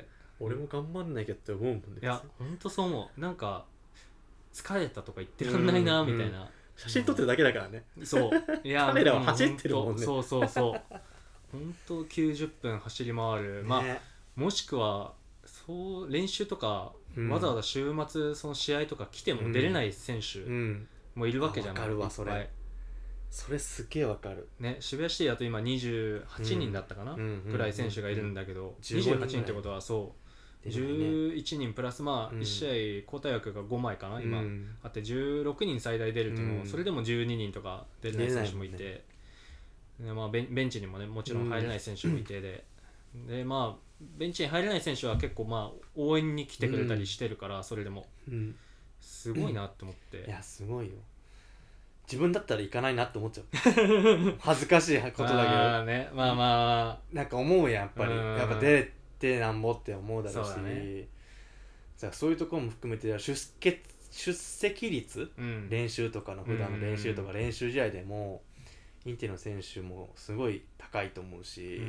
Speaker 2: 俺も頑張んなきゃって思うもんね。
Speaker 1: いやほんとそう思う。なんか疲れたとか言ってらんないなみたいな、
Speaker 2: 写真撮ってるだけだからね。
Speaker 1: そういや
Speaker 2: カメラは走ってるもんね。
Speaker 1: そうほんと90分走り回る、まあもしくはそう練習とか、わざわざ週末その試合とか来ても出れない選手もいるわけじゃない。
Speaker 2: わかるわそれ。それすげえわかる
Speaker 1: ね。渋谷シティだと今28人だったかな、くらい選手がいるんだけど、28人ってことはそう11人プラスまあ1試合交代枠が5枚かな今あって、16人最大出るともそれでも12人とか出れない選手もいて、でまあベンチにもねもちろん入れない選手もいて、でまあベンチに入れない選手は結構まあ応援に来てくれたりしてるから、それでもすごいなって思って、
Speaker 2: いやすごいよ。自分だったら行かないなって思っちゃう恥ずかしいことだけど、
Speaker 1: まあ
Speaker 2: なんか思うやん、やっぱりやっぱ出れてなんぼって思うだろうし、じゃあそういうところも含めて出席率、練習とかの普段の練習とか練習試合でもインテの選手もすごい高いと思うし、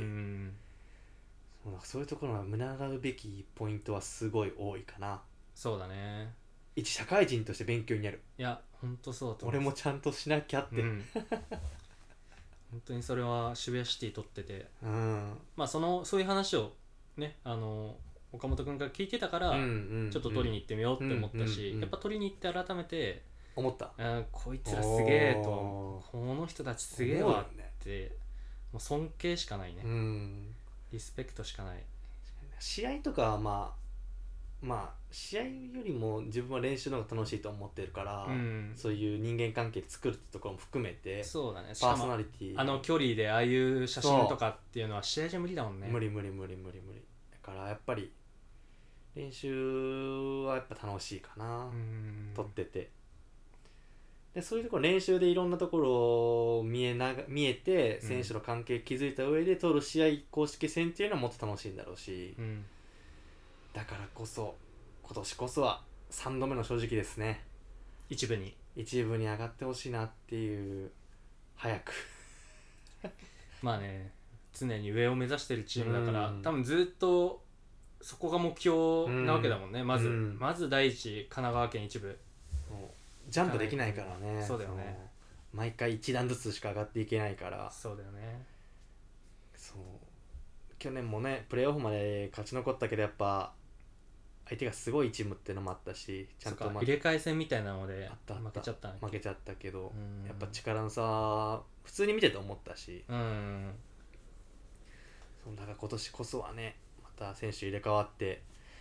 Speaker 2: そういうところは見習うべきポイントはすごい多いかな。
Speaker 1: そうだね。
Speaker 2: 一社会人として勉強になる。
Speaker 1: いや本当そうだと思う。
Speaker 2: 俺もちゃんとしなきゃって、
Speaker 1: 本当にそれは渋谷シティ撮ってて、まあそういう話をね岡本君から聞いてたから、ちょっと撮りに行ってみようって思ったし、やっぱ撮りに行って改めて
Speaker 2: 思った。
Speaker 1: こいつらすげえと、この人たちすげえわって、もう尊敬しかないね。リスペクトしかない。
Speaker 2: 試合とかはまあ試合よりも自分は練習の方が楽しいと思ってるから、そういう人間関係作るってところも含めて、
Speaker 1: そうだね。
Speaker 2: パーソナリティ
Speaker 1: 距離でああいう写真とかっていうのは試合じゃ無理だもんね。
Speaker 2: 無理だからやっぱり練習はやっぱ楽しいかな、撮ってて。でそういうところ練習でいろんなところを見えて選手の関係築いた上で撮る試合公式戦っていうのはもっと楽しいんだろうし、だからこそ今年こそは3度目の正直ですね。一部に上がってほしいなっていう、早く
Speaker 1: まあね、常に上を目指してるチームだから、多分ずっとそこが目標なわけだもんね。まず第一神奈川県一部
Speaker 2: ジャンプできないからね。
Speaker 1: そうだよね。
Speaker 2: 毎回一段ずつしか上がっていけないから。
Speaker 1: そうだよね。
Speaker 2: そう去年もねプレーオフまで勝ち残ったけど、やっぱ相手がすごいチームってのもあったし、
Speaker 1: ちゃんと入れ替え戦みたいなので負けちゃった
Speaker 2: けど、やっぱ力の差普通に見てて思ったし、だから今年こそはねまた選手入れ替わって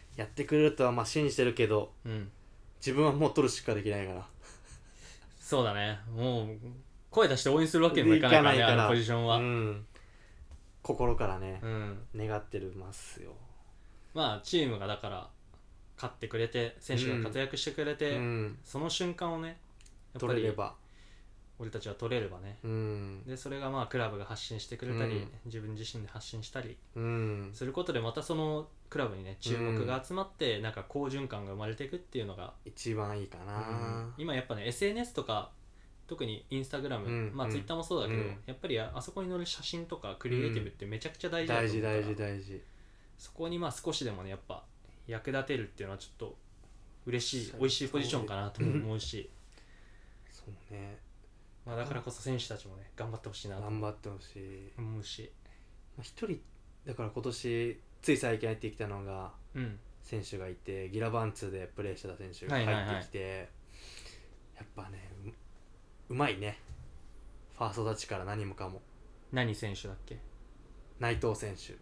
Speaker 2: やってくれるとはまあ信じてるけど、
Speaker 1: うん、
Speaker 2: 自分はもう取るしかできないから。
Speaker 1: そうだね、もう声出して応援するわけにもいかないからね、あのポジションは、
Speaker 2: 心からね、願ってるますよ。
Speaker 1: まあチームがだから勝ってくれて選手が活躍してくれて、その瞬間をねやっぱり俺たちは取れればね、でそれがまあクラブが発信してくれたり、自分自身で発信したりすることでまたそのクラブにね注目が集まって、なんか好循環が生まれていくっていうのが
Speaker 2: 一番いいかな、
Speaker 1: 今やっぱね SNS とか特にインスタグラム、まあツイッターもそうだけど、やっぱりあそこに載る写真とかクリエイティブってめちゃくちゃ大事だと思うから、
Speaker 2: 大事
Speaker 1: そこにまあ少しでもねやっぱ役立てるっていうのはちょっと嬉しい美味しいポジションかなと思うし
Speaker 2: そうね、
Speaker 1: まあ、だからこそ選手たちもね頑張ってほしいなと
Speaker 2: 頑張ってほしい
Speaker 1: 思うし、
Speaker 2: 一人だから今年つい最近入ってきたのが、選手がいてギラバンツでプレーしてた選手が入ってきて、やっぱね うまいね、ファーストタッチから何もかも。
Speaker 1: 何選手だっけ？
Speaker 2: 内藤選手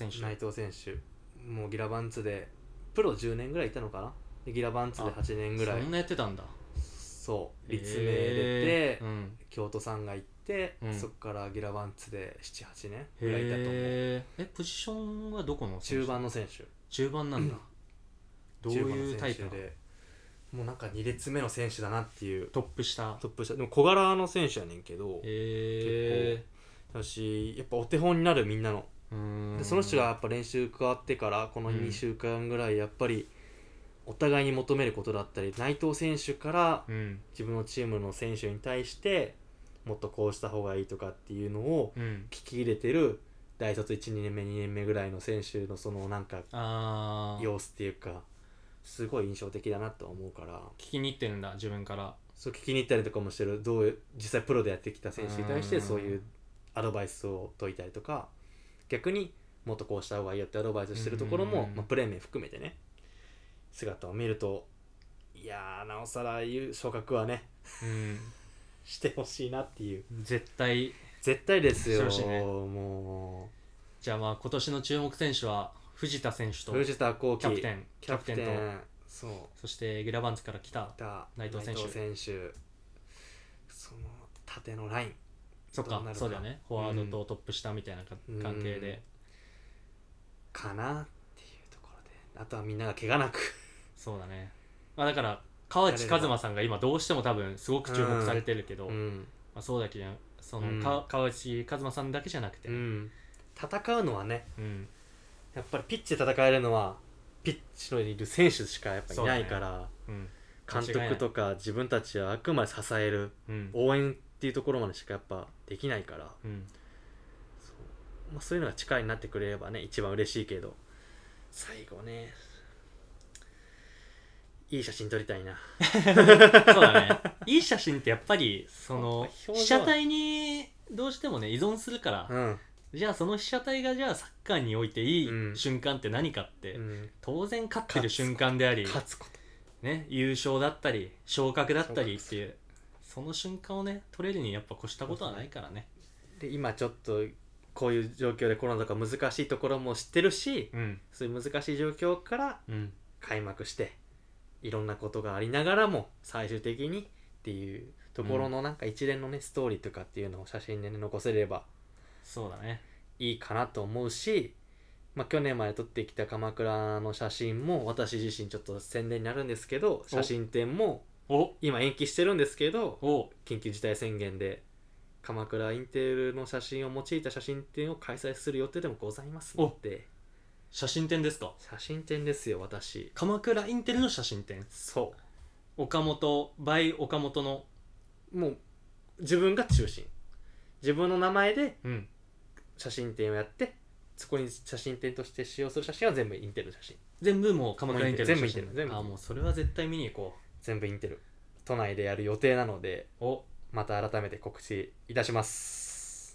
Speaker 2: もうギラバンツでプロ10年ぐらいいたのかな、でギラバンツで8年ぐらい
Speaker 1: そんなやってたんだ。
Speaker 2: そう立命出て、京都さんが行って、そこからギラバンツで 7,8 年ぐらいいたと思う。
Speaker 1: ポジションはどこの選手？
Speaker 2: 中盤の選手。
Speaker 1: 中盤なんだ、どういうタイプ
Speaker 2: でもうなんか2列目の選手だなっていう。
Speaker 1: トップ下
Speaker 2: でも小柄の選手やねんけど、結構だしやっぱお手本になるみんなの。でその人がやっぱ練習加わってからこの2週間ぐらいやっぱりお互いに求めることだったり、内藤選手から自分のチームの選手に対してもっとこうした方がいいとかっていうのを聞き入れてる大卒 1,2 年目2年目ぐらいの選手のそのなんか様子っていうかすごい印象的だなと思うから。
Speaker 1: 聞きに行ってるんだ自分から。
Speaker 2: そう聞きに行ったりとかもしてる。実際プロでやってきた選手に対してそういうアドバイスを解いたりとか、逆にもっとこうした方がいいよってアドバイスしてるところも、プレー面含めてね姿を見ると、いやーなおさら昇格はね、してほしいなっていう。
Speaker 1: 絶対
Speaker 2: ですよ、ね、も
Speaker 1: う。じゃあまあ今年の注目選手は藤田選手と
Speaker 2: 藤田幸輝
Speaker 1: キャプテンとそしてギラバンツから来た内藤選手
Speaker 2: その縦のライン、
Speaker 1: そっかそうだよね、フォワードとトップ下みたいな関係で、
Speaker 2: かなっていうところで、あとはみんなが怪我なく
Speaker 1: そうだね、まあ、だから川内和馬さんが今どうしても多分すごく注目されてるけど、まあ、そうだけどその、川内和馬さんだけじゃなくて、
Speaker 2: 戦うのはね、やっぱりピッチで戦えるのはピッチのいる選手しかやっぱいないから、監督とか自分たちはあくまで支える、応援っていうところまでしかやっぱできないから、そういうのが力になってくれればね一番嬉しいけど、最後ねいい写真撮りたいな
Speaker 1: そうだね、いい写真ってやっぱりその被写体にどうしてもね依存するから、じゃあその被写体がじゃあサッカーにおいていい瞬間って何かって、当然勝ってる瞬間であり、
Speaker 2: 勝つこと、
Speaker 1: ね、優勝だったり昇格だったりっていうその瞬間をね撮れるにやっぱ越したことはないからね。
Speaker 2: で今ちょっとこういう状況でコロナとか難しいところも知ってるし、そういう難しい状況から開幕して、いろんなことがありながらも最終的にっていうところのなんか一連のねストーリーとかっていうのを写真で、ね、残せれば
Speaker 1: そうだね
Speaker 2: いいかなと思うし、去年まで撮ってきた鎌倉の写真も私自身ちょっと宣伝になるんですけど、写真展も今延期してるんですけど、緊急事態宣言で鎌倉インテールの写真を用いた写真展を開催する予定でもございますので。
Speaker 1: 写真展ですか？
Speaker 2: 写真展ですよ。私
Speaker 1: 鎌倉インテルの写真展。
Speaker 2: そう、
Speaker 1: 岡本 by 岡本の
Speaker 2: もう自分が中心、自分の名前で写真展をやって、そこに写真展として使用する写真は全部インテル写真、
Speaker 1: 全部もう鎌倉インテルの写真、
Speaker 2: 全部インテル、
Speaker 1: もうそれは絶対見に行こう。
Speaker 2: 全部インテル都内でやる予定なので、また改めて告知いたします。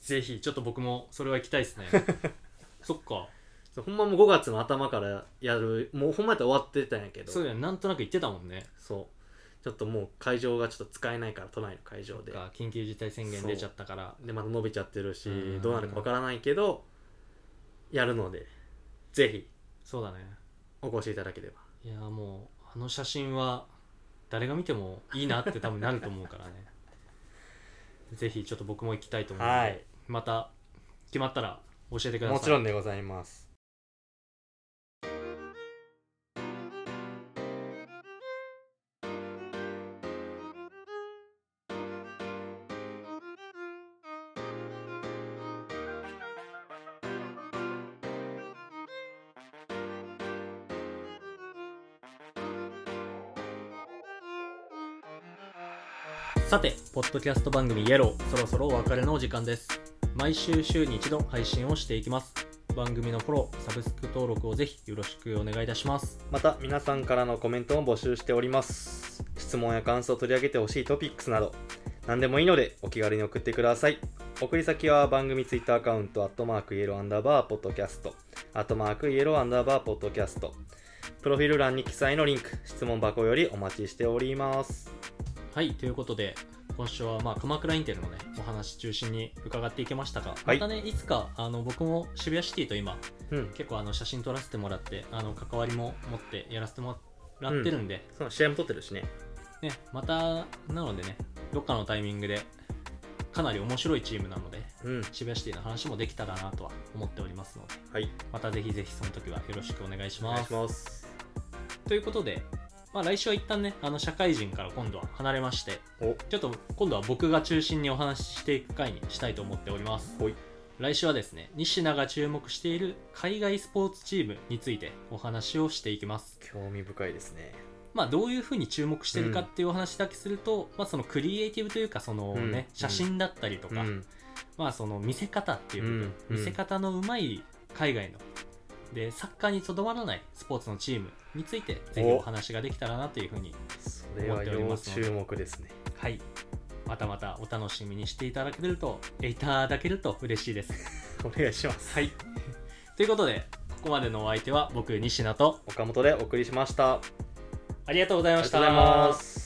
Speaker 1: ぜひちょっと僕もそれは行きたいですねそっか、
Speaker 2: ほんまもう5月の頭からやる、もうほんまやったら終わってたんやけど、
Speaker 1: そうやなんとなく言ってたもんね。
Speaker 2: そうちょっともう会場がちょっと使えないから、都内の会場で
Speaker 1: 緊急事態宣言出ちゃったから、
Speaker 2: でまた伸びちゃってるし、どうなるかわからないけどやるので、ぜひ
Speaker 1: そうだね
Speaker 2: お越しいただければ。
Speaker 1: いやもうあの写真は誰が見てもいいなって多分なると思うからねぜひちょっと僕も行きたいと思うので、はい、また決まったら教えてください。
Speaker 2: もちろんでございます。
Speaker 1: さて、ポッドキャスト番組イエロー、そろそろお別れのお時間です。毎週週に一度配信をしていきます。番組のフォロー、サブスク登録をぜひよろしくお願いいたします。
Speaker 2: また、皆さんからのコメントも募集しております。質問や感想を取り上げてほしいトピックスなど、何でもいいのでお気軽に送ってください。送り先は番組ツイッターアカウント、@yellow_podcast、@yellow_podcast、プロフィール欄に記載のリンク、質問箱よりお待ちしております。
Speaker 1: はい、ということで今週は鎌倉インテルのねお話中心に伺っていきましたが、はい、またねいつか僕も渋谷シティと今、結構写真撮らせてもらって関わりも持ってやらせてもらってるんで、
Speaker 2: その試合も撮ってるしね
Speaker 1: またなのでねどっかのタイミングでかなり面白いチームなので、渋谷シティの話もできたらなとは思っておりますので、はい、またぜひぜひその時はよろしくお願いします。ということで来週は一旦ね社会人から今度は離れまして、ちょっと今度は僕が中心にお話ししていく回にしたいと思っております。来週はですね、西名が注目している海外スポーツチームについてお話をしていきます。
Speaker 2: 興味深いですね。
Speaker 1: どういうふうに注目しているかっていうお話だけすると、そのクリエイティブというか写真だったりとか、その見せ方っていう部分、見せ方のうまい海外のでサッカーにとどまらないスポーツのチームについてぜひお話ができたらなというふうに思っておりますので、
Speaker 2: それは要注目ですね。
Speaker 1: はい、またまたお楽しみにしていただけると嬉しいです
Speaker 2: お願いします。
Speaker 1: はいということでここまでのお相手は僕西名と
Speaker 2: 岡本でお送りしました。
Speaker 1: ありがとうございました。
Speaker 2: ありがとうございます。